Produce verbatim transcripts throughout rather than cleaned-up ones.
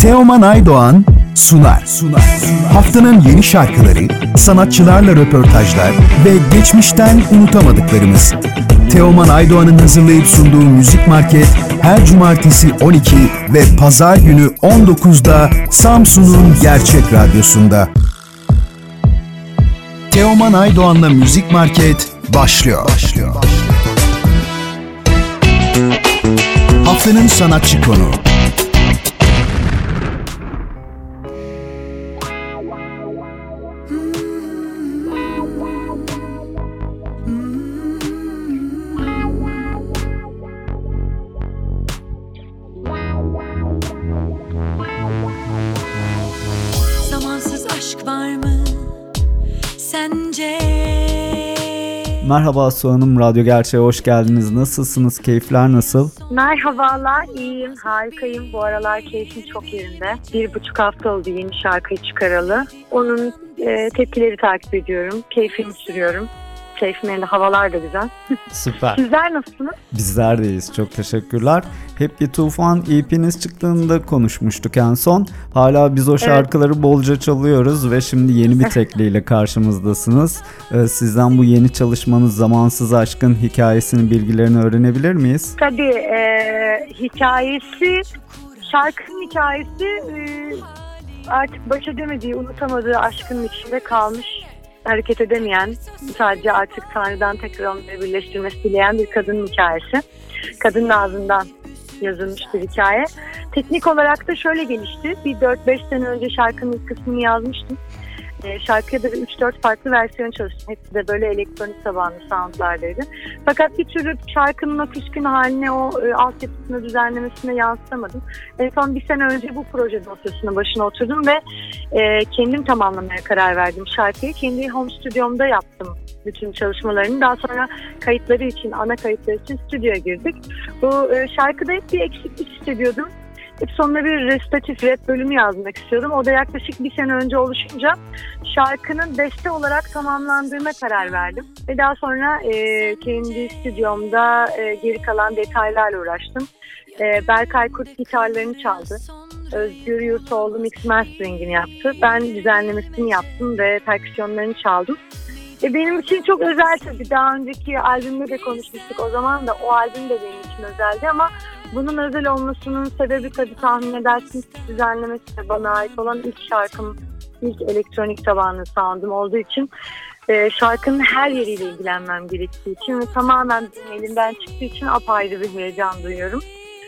Teoman Aydoğan sunar. sunar. Haftanın yeni şarkıları, sanatçılarla röportajlar ve geçmişten unutamadıklarımız. Teoman Aydoğan'ın hazırlayıp sunduğu Müzik Market her cumartesi on iki ve pazar günü on dokuzda Samsun'un Gerçek Radyosu'nda. Teoman Aydoğan'la Müzik Market başlıyor. başlıyor. Haftanın sanatçı konuğu. Merhaba Su Hanım, Radyo Gerçeğe hoş geldiniz. Nasılsınız? Keyifler nasıl? Merhabalar, iyiyim, harikayım. Bu aralar keyfim çok yerinde. Bir buçuk hafta oldu yeni şarkıyı çıkaralı. Onun e, tepkileri takip ediyorum, keyfimi sürüyorum. Keyfim yerinde, havalar da güzel. Süper. Sizler nasılsınız? Bizler deyiz, çok teşekkürler. Hep Bir Tufan E P'niz çıktığında konuşmuştuk en son. Hala biz o şarkıları evet. bolca çalıyoruz ve şimdi yeni bir tekliyle karşımızdasınız. Ee, sizden bu yeni çalışmanız Zamansız Aşk'ın hikayesini, bilgilerini öğrenebilir miyiz? Tabii, e, hikayesi, şarkının hikayesi e, artık baş edemediği, unutamadığı aşkının içinde kalmış, hareket edemeyen, sadece artık Tanrı'dan tekrar onları birleştirmesi dileyen bir kadının hikayesi. Kadının ağzından yazılmış bir hikaye. Teknik olarak da şöyle gelişti. Bir dört beş sene önce şarkının ilk kısmını yazmıştım. E, şarkıya da üç dört farklı versiyon çalıştım. Hepsi de böyle elektronik tabanlı soundlardaydı. Fakat bir türlü şarkının o küskün haline, o e, altyapısına, düzenlemesine yansıtamadım. En son bir sene önce bu proje dosyasının başına oturdum ve e, kendim tamamlamaya karar verdim şarkıyı. Kendi home stüdyomda yaptım bütün çalışmalarını. Daha sonra kayıtları için, ana kayıtları için stüdyoya girdik. Bu e, şarkıda hep bir eksiklik hissediyordum. Hep sonuna bir resitatif rap bölümü yazmak istiyordum. O da yaklaşık bir sene önce oluşunca şarkının beste olarak tamamlandığına karar verdim. Ve daha sonra e, kendi stüdyomda e, geri kalan detaylarla uğraştım. E, Berkay Kurt gitarlarını çaldı. Özgür Yurtoğlu mix masteringini yaptı. Ben düzenlemesini yaptım ve perküsyonlarını çaldım. E, benim için çok özel tabii. Daha önceki albümde de konuşmuştuk. O zaman da o albüm de benim için özeldi ama bunun özel olmasının sebebi tabii tahmin edersiniz, düzenlemesi de bana ait olan ilk şarkım, ilk elektronik tabanlı sound'um olduğu için e, şarkının her yeriyle ilgilenmem gerektiği için ve tamamen benim elimden çıktığı için apayrı bir heyecan duyuyorum.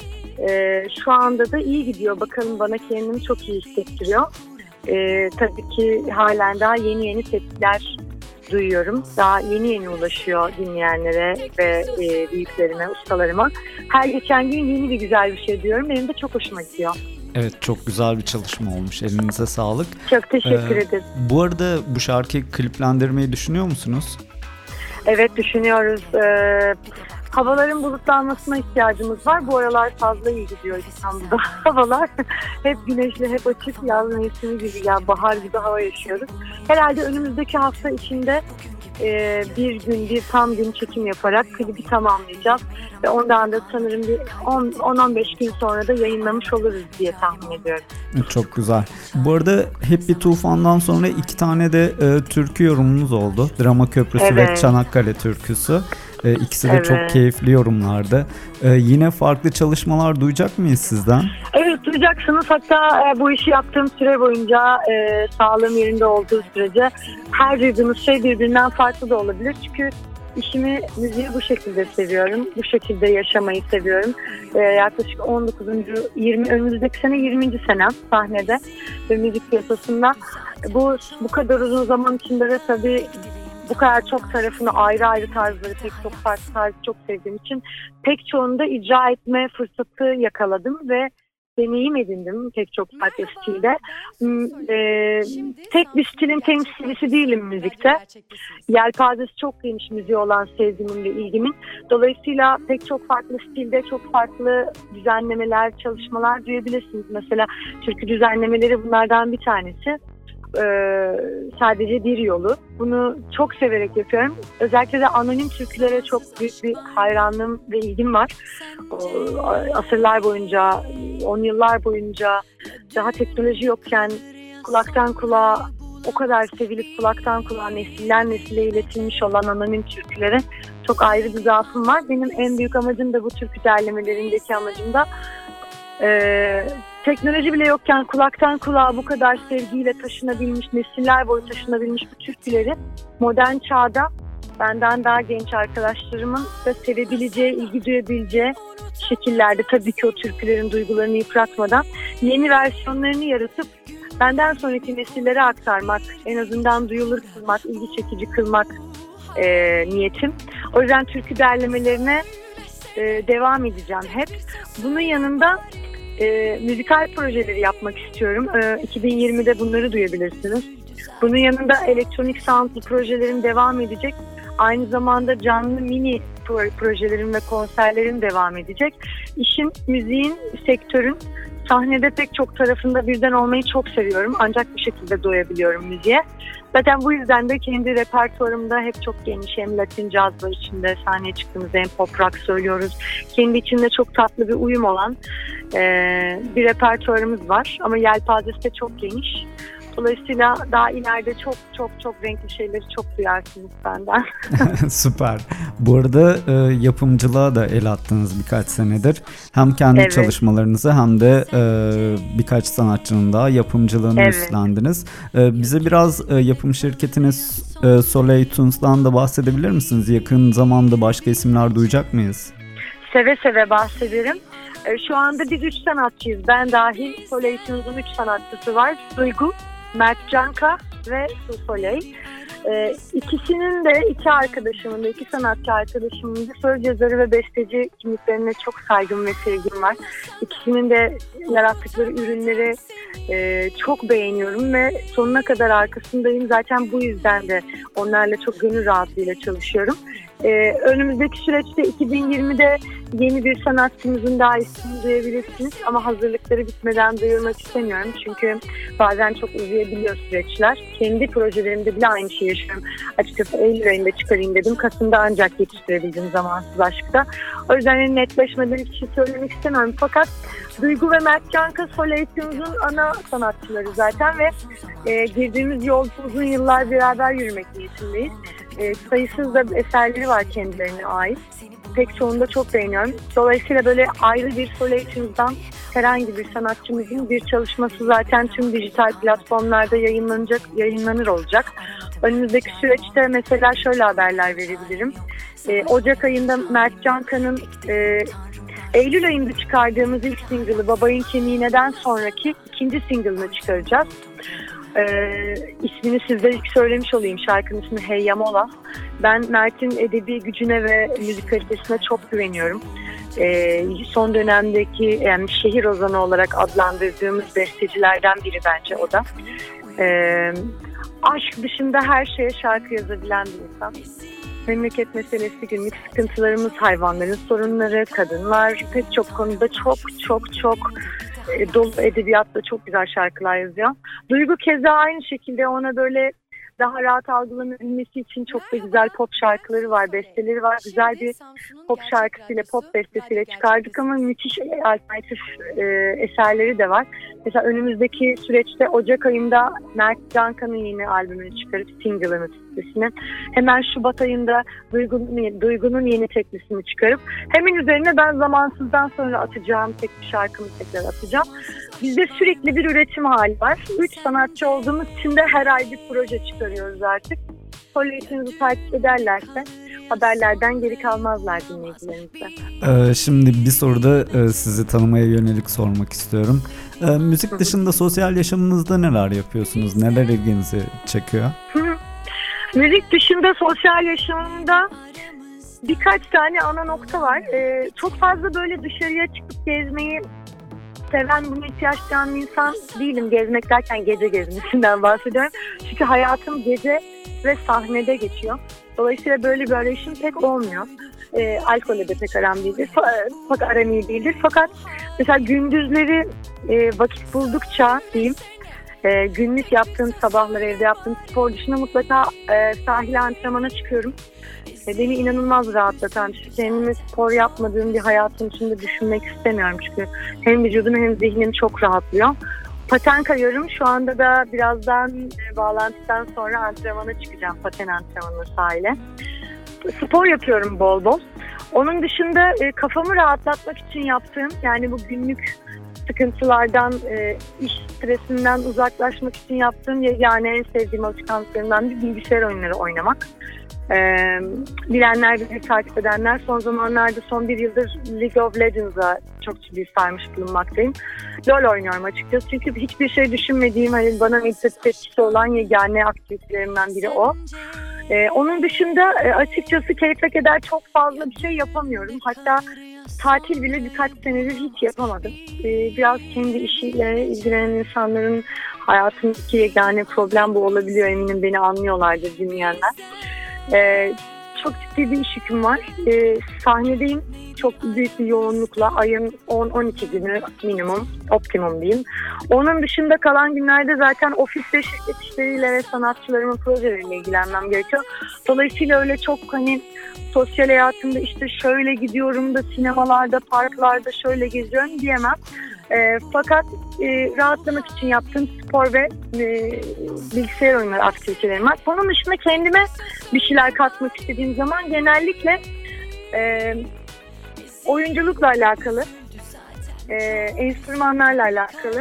E, şu anda da iyi gidiyor. Bakalım, bana kendimi çok iyi hissettiriyor. E, tabii ki halen daha yeni yeni tepkiler duyuyorum. Daha yeni yeni ulaşıyor dinleyenlere ve e, büyüklerime, ustalarıma. Her geçen gün yeni bir güzel bir şey diyorum. Benim de çok hoşuma gidiyor. Evet, çok güzel bir çalışma olmuş. Elinize sağlık. Çok teşekkür ee, ederim. Bu arada bu şarkıyı kliplendirmeyi düşünüyor musunuz? Evet, düşünüyoruz. Ee, havaların bulutlanmasına ihtiyacımız var. Bu aralar fazla iyi gidiyor İstanbul'da havalar. Hep güneşli, hep açık, yaz mevsimi gibi, ya bahar gibi hava yaşıyoruz. Herhalde önümüzdeki hafta içinde e, bir gün, bir tam gün çekim yaparak klibi tamamlayacağız. Ve ondan da sanırım bir on on beş gün sonra da yayınlamış oluruz diye tahmin ediyorum. Çok güzel. Bu arada Hep Bir Tufan'dan sonra iki tane de e, türkü yorumunuz oldu. Drama Köprüsü evet. ve Çanakkale Türküsü. E, ikisi de evet. çok keyifli yorumlardı. E, yine farklı çalışmalar duyacak mıyız sizden? Evet, duyacaksınız. Hatta e, bu işi yaptığım süre boyunca e, sağlığım yerinde olduğu sürece her duyduğunuz şey birbirinden farklı da olabilir. Çünkü işimi, müziği bu şekilde seviyorum. Bu şekilde yaşamayı seviyorum. Ee, yaklaşık on dokuzuncu yirmi önümüzdeki sene yirminci senem sahnede ve müzik piyasasında. Bu bu kadar uzun zaman içinde de tabii bu kadar çok tarafını, ayrı ayrı tarzları, pek çok farklı tarzı çok sevdiğim için pek çoğunu da icra etme fırsatı yakaladım ve deneyim edindim pek çok farklı stilde. Ee, tek bir stilin temsilcisi değilim müzikte. Yelpazesi çok geniş müziği olan sevgimin ve ilgimin. Dolayısıyla pek çok farklı stilde çok farklı düzenlemeler, çalışmalar duyabilirsiniz. Mesela türkü düzenlemeleri bunlardan bir tanesi. e, sadece bir yolu. Bunu çok severek yapıyorum. Özellikle de anonim türkülere çok büyük bir hayranlığım ve ilgim var. O, asırlar boyunca, on yıllar boyunca daha teknoloji yokken kulaktan kulağa o kadar sevilip kulaktan kulağa nesiller nesile iletilmiş olan anonim türkülere çok ayrı bir zaafım var. Benim en büyük amacım da bu türkü derlemelerindeki amacım da e, teknoloji bile yokken kulaktan kulağa bu kadar sevgiyle taşınabilmiş, nesiller boyu taşınabilmiş bu türküleri modern çağda benden daha genç arkadaşlarımın da sevebileceği, ilgi duyabileceği şekillerde, tabii ki o türkülerin duygularını yıpratmadan yeni versiyonlarını yaratıp benden sonraki nesillere aktarmak, en azından duyulur kılmak, ilgi çekici kılmak e, niyetim. O yüzden türkü derlemelerine e, devam edeceğim hep. Bunun yanında e, müzikal projeleri yapmak istiyorum. E, iki bin yirmide bunları duyabilirsiniz. Bunun yanında elektronik soundlu projelerim devam edecek. Aynı zamanda canlı mini projelerim ve konserlerim devam edecek. İşin, müziğin, sektörün sahnede pek çok tarafında birden olmayı çok seviyorum. Ancak bu şekilde doyabiliyorum müziğe. Zaten bu yüzden de kendi repertuarımda hep çok geniş. Hem Latin caz var içinde, sahneye çıktığımızda hem pop rock söylüyoruz. Kendi içinde çok tatlı bir uyum olan e, bir repertuarımız var. Ama yelpazesi de çok geniş. Dolayısıyla daha ileride çok çok çok renkli şeyleri çok duyarsınız benden. Süper. Bu arada e, yapımcılığa da el attınız birkaç senedir. Hem kendi evet. çalışmalarınızı hem de e, birkaç sanatçının daha yapımcılığını evet. üstlendiniz. E, bize biraz e, yapım şirketiniz e, Soleil Tunes'dan da bahsedebilir misiniz? Yakın zamanda başka isimler duyacak mıyız? Seve seve bahsederim. Şu anda biz üç sanatçıyız. Ben dahil Soleil Tunes'un üç sanatçısı var. Duygu, Mert Canka ve Su Soleil. Ee, ikisinin de iki arkadaşımın da iki sanatçı arkadaşımın da söz yazarı ve besteci kimliklerine çok saygım ve sevgim var. İkisinin de yarattıkları ürünleri e, çok beğeniyorum ve sonuna kadar arkasındayım. Zaten bu yüzden de onlarla çok gönül rahatlığıyla çalışıyorum. Ee, önümüzdeki süreçte iki bin yirmide yeni bir sanatçımızın daha ismini duyabilirsiniz ama hazırlıkları bitmeden duyurmak istemiyorum çünkü bazen çok uzayabiliyor süreçler. Kendi projelerimde bile aynı şeyi yaşıyorum. Açıkçası Eylül ayında çıkarayım dedim. Kasım'da ancak yetiştirebildim zamansız aşkta. O yüzden netleşmeden hiçbir şey söylemek istemiyorum. Fakat Duygu ve Mert Canka Soleil Tunes'un ana sanatçıları zaten ve e, girdiğimiz yolda uzun yıllar beraber yürümek niyetindeyiz. E, sayısız da eserleri var kendilerine ait. Pek çoğunu da çok beğeniyorum. Dolayısıyla böyle ayrı bir Soleil Tunes'dan herhangi bir sanatçımızın bir çalışması zaten tüm dijital platformlarda yayınlanacak, yayınlanır olacak. Önümüzdeki süreçte mesela şöyle haberler verebilirim. E, Ocak ayında Mert Canka'nın e, Eylül ayında çıkardığımız ilk single'ı Babayın Kemiğine'den sonraki ikinci single'ını çıkaracağız. Ee, ismini size ilk söylemiş olayım. Şarkının ismi Hey Yamola. Ben Mert'in edebi gücüne ve müzik kalitesine çok güveniyorum. Ee, son dönemdeki yani şehir ozanı olarak adlandırdığımız bestecilerden biri bence o da. Ee, aşk dışında her şeye şarkı yazabilen bir insan. Memleket meselesi, günlük sıkıntılarımız, hayvanların sorunları, kadınlar pek çok konuda çok çok çok e, dolu edebiyatla çok güzel şarkılar yazıyor. Duygu keza aynı şekilde ona böyle daha rahat algılanabilmesi için çok da güzel pop şarkıları var, besteleri var. Güzel bir pop şarkısıyla, pop bestesiyle çıkardık ama müthiş alternatif e, eserleri de var. Mesela önümüzdeki süreçte Ocak ayında Mert Canka'nın yeni albümünü çıkarıp single'ını sitesine. Hemen Şubat ayında Duygu'nun, Duygu'nun yeni teklisini çıkarıp hemen üzerine ben zamansızdan sonra atacağım tek bir şarkımı tekrar atacağım. Bizde sürekli bir üretim hali var. Üç sanatçı olduğumuz için de her ay bir proje çıkarıyoruz artık. Soleil'inizi takip ederlerse haberlerden geri kalmazlar dinleyicilerimize. Ee, şimdi bir soruda e, sizi tanımaya yönelik sormak istiyorum. E, müzik dışında sosyal yaşamınızda neler yapıyorsunuz? Neler ilginizi çekiyor? Müzik dışında sosyal yaşamımda birkaç tane ana nokta var. Ee, çok fazla böyle dışarıya çıkıp gezmeyi seven, buna ihtiyaç duyan bir insan değilim. Gezmek derken gece gezmesinden bahsediyorum. Çünkü hayatım gece ve sahnede geçiyor. Dolayısıyla böyle bir arayışım pek olmuyor. E, alkolle de pek aram değildir. Pek aram iyi değildir. Fakat mesela gündüzleri e, vakit buldukça diyeyim E, günlük yaptığım sabahları, evde yaptığım spor dışında mutlaka e, sahile antrenmana çıkıyorum. E, beni inanılmaz rahatlatan, kendimi spor yapmadığım bir hayatın içinde düşünmek istemiyorum çünkü hem vücudum hem zihnim çok rahatlıyor. Paten kayıyorum. Şu anda da birazdan e, bağlantıdan sonra antrenmana çıkacağım. Paten antrenmanı sahile. Spor yapıyorum bol bol. Onun dışında e, kafamı rahatlatmak için yaptığım, yani bu günlük sıkıntılardan, e, iş stresinden uzaklaşmak için yaptığım yegane en sevdiğim alışkanlıklarımdan bir bilgisayar oyunları oynamak. E, bilenler, bizi takip edenler, son zamanlarda son bir yıldır League of Legends'a çok ciddi sarmış bulunmaktayım. LoL oynuyorum açıkçası çünkü hiçbir şey düşünmediğim, hani bana meditatif etkisi olan yegane aktivitelerimden biri o. Ee, onun dışında e, açıkçası keyfe keder çok fazla bir şey yapamıyorum. Hatta tatil bile birkaç senedir hiç yapamadım. Ee, biraz kendi işiyle ilgilenen insanların hayatındaki yegane problem bu olabiliyor. Eminim beni anlıyorlardır dinleyenler. Ee, çok ciddi bir iş yüküm var. Ee, sahnedeyim. Çok büyük bir yoğunlukla ayın on on iki günü minimum, optimum diyeyim. Onun dışında kalan günlerde zaten ofis ve şirket işleriyle ve sanatçılarımın projeleriyle ilgilenmem gerekiyor. Dolayısıyla öyle çok hani sosyal hayatımda işte şöyle gidiyorum da sinemalarda, parklarda şöyle geziyorum diyemem. E, fakat e, rahatlamak için yaptığım spor ve e, bilgisayar oyunları aktivitelerim var. Onun dışında kendime bir şeyler katmak istediğim zaman genellikle e, oyunculukla alakalı, e, enstrümanlarla alakalı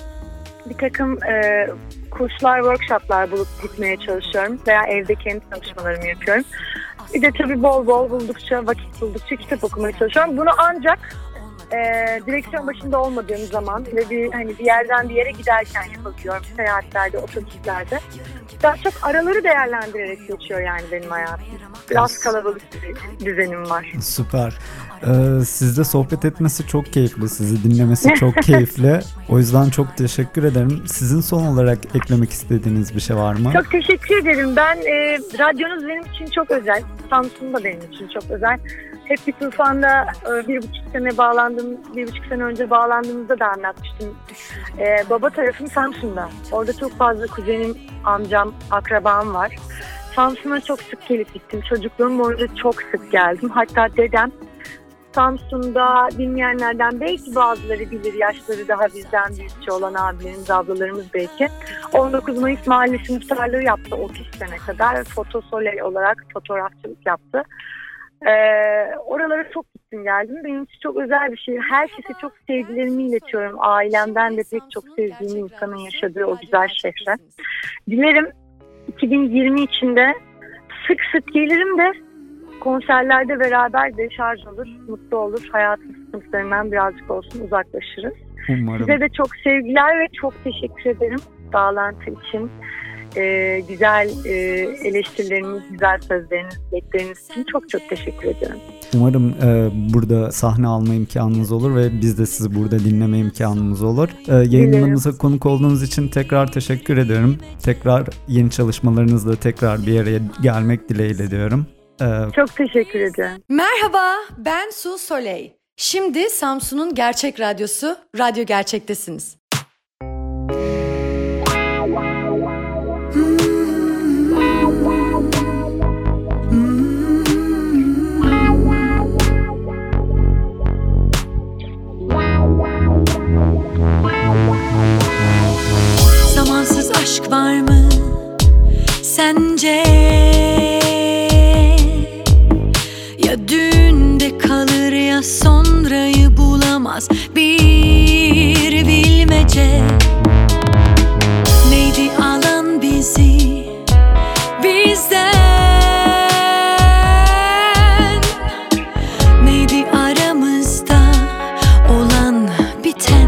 bir takım e, kurslar, workshoplar bulup gitmeye çalışıyorum veya evde kendi çalışmalarımı yapıyorum. Bir de tabii bol bol buldukça, vakit buldukça kitap okumaya çalışıyorum. Bunu ancak e, direksiyon başında olmadığım zaman ve bir hani bir yerden bir yere giderken yapabiliyorum. Seyahatlerde, otobüslerde. Daha çok araları değerlendirerek geçiyor yani benim hayatım. Biraz kalabalık bir düzenim var. Süper. Ee, sizle sohbet etmesi çok keyifli, sizi dinlemesi çok keyifli. O yüzden çok teşekkür ederim. Sizin son olarak eklemek istediğiniz bir şey var mı? Çok teşekkür ederim. Ben e, radyonuz benim için çok özel. Samsun da benim için çok özel. Hep bir Tufan'da e, bir buçuk sene bağlandım, bir buçuk sene önce bağlandığımızda da anlatmıştım. E, baba tarafım Samsun'da. Orada çok fazla kuzenim, amcam, akrabam var. Samsun'a çok sık gelip gittim. Çocukluğum boyunca çok sık geldim. Hatta dedem Samsun'da, dinleyenlerden belki bazıları bilir, yaşları daha bizden büyükçe olan abilerimiz, ablalarımız belki. on dokuz Mayıs Mahallesi muhtarlığı yaptı otuz sene kadar. Fotosoley olarak fotoğrafçılık yaptı. Ee, oralara çok gittim geldim. Benim için çok özel bir şey. Herkese çok sevgilerimi iletiyorum. Ailemden de pek çok sevdiğim insanın yaşadığı o güzel şehre. Dilerim iki bin yirmi içinde sık sık gelirim de konserlerde beraber de şarj olur, mutlu olur. Hayatın sıkıntılarından birazcık olsun uzaklaşırız. Umarım. Size de çok sevgiler ve çok teşekkür ederim bağlantı için. Ee, güzel e, eleştirileriniz, güzel sözleriniz, dilekleriniz için çok çok teşekkür ediyorum. Umarım e, burada sahne alma imkanınız olur ve biz de sizi burada dinleme imkanımız olur. E, yayınımıza konuk olduğunuz için tekrar teşekkür ediyorum. Tekrar yeni çalışmalarınızla tekrar bir araya gelmek dileğiyle diyorum. E, çok teşekkür ediyorum. Merhaba, ben Su Soley. Şimdi Samsun'un gerçek radyosu, Radyo Gerçek'tesiniz. Zamansız aşk var mı sence? Ya dünde kalır ya sonrayı bulamaz bir bilmece. Neydi alan bizi bizden? Neydi aramızda olan biten?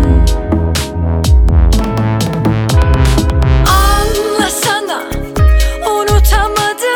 Anlasana, unutamadım.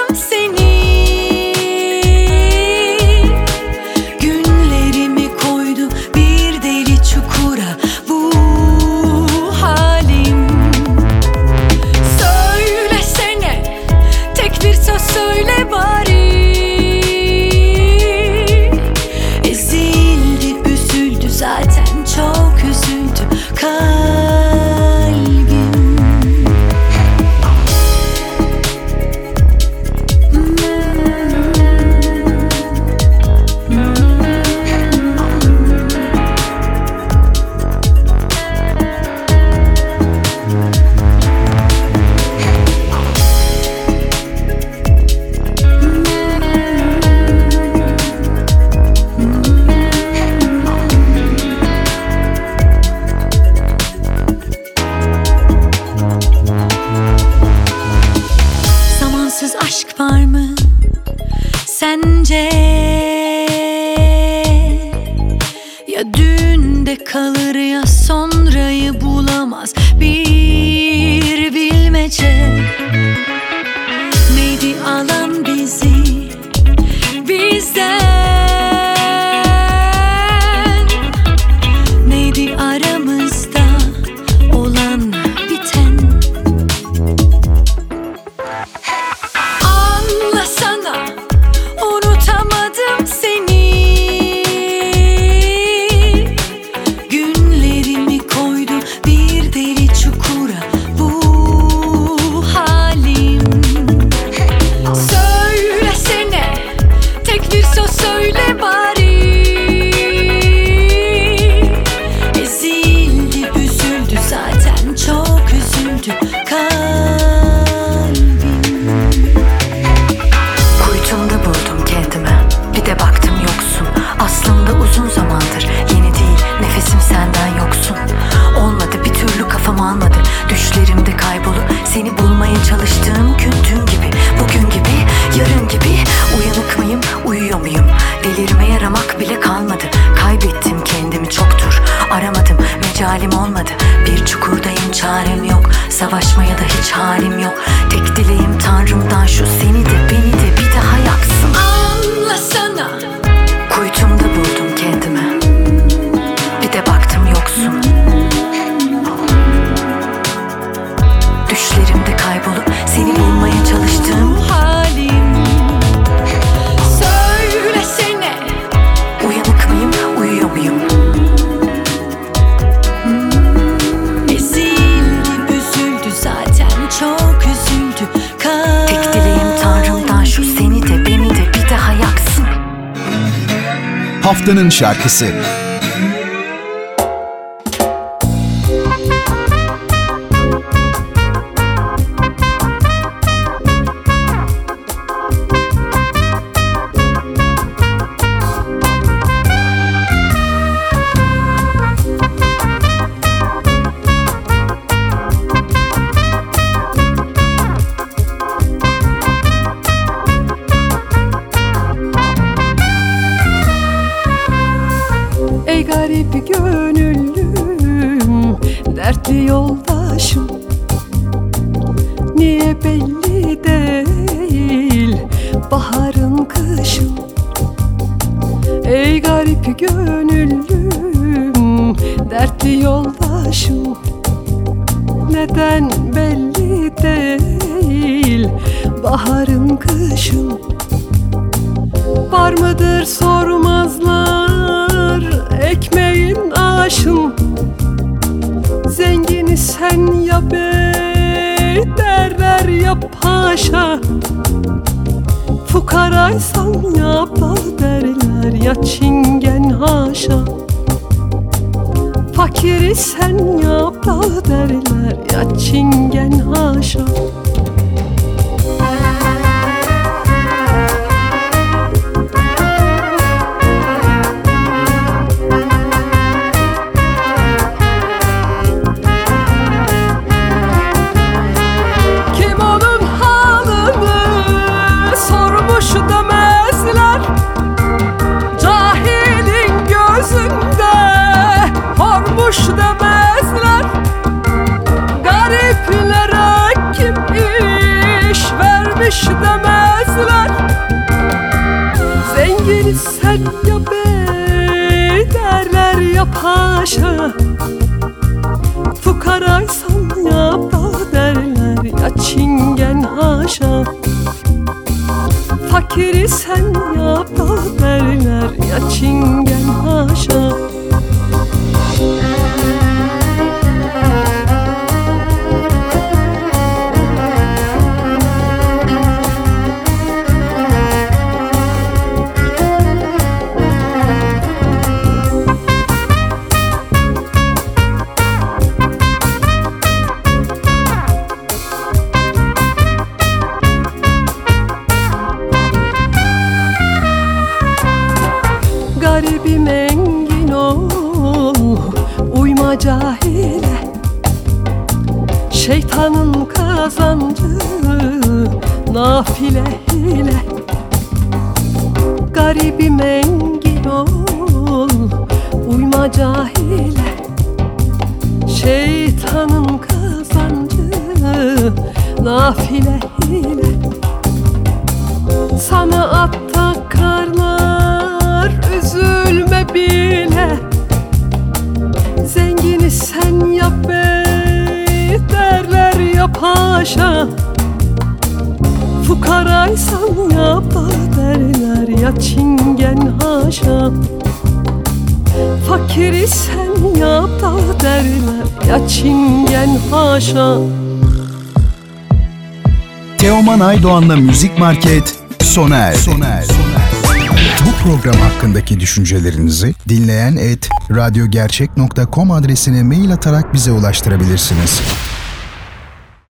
savaşmaya da hiç halim yok. Tek dileğim Tanrım'dan şu, seni de beni de bir daha yaksın. Anlasana, kuytumda buldum kendimi, bir de baktım yoksun. Düşlerimde kaybolup seni bulmaya çalıştığım halim. Söylesene, uyanık mıyım, uyuyor muyum? Hmm, ezildi, üzüldü, zaten çok üzüldü. Kal- Tek dileğim Tanrım'dan şu, seni de beni de bir daha yaksın. Haftanın şarkısı. Ey garip gönüllüm, dertli yoldaşım, niye belli değil baharın kışın. Ey garip gönüllüm, dertli yoldaşım, neden belli değil baharın kışın. Var mıdır sormazlar ekmeğin aşın, zengini sen ya bey derler ya paşa, fukaraysan ya bal derler ya çingen haşa. Fakiri sen ya bal derler ya çingen haşa. Demezler, gariplere kim iş vermiş demezler. Zengini sen ya bey derler ya paşa, fukaraysan ya bal derler ya çingen haşa. Fakiri sen ya bal derler ya çingen haşa. Garibim engin ol, uyma cahile, şeytanın kazancı nafile hile. Garibim engin ol, uyma cahile, şeytanın kazancı nafile hile. Sana at takarlar, üzülme bile, zengini sen ya bey derler ya paşa, fukaraysan ya bal derler ya çingen haşa. Fakiri sen ya bal derler ya çingen haşa. Teoman Aydoğan'la Müzik Market sona erdi. Sona erdi. Bu program hakkındaki düşüncelerinizi dinleyen et radyogercek nokta com adresine mail atarak bize ulaştırabilirsiniz.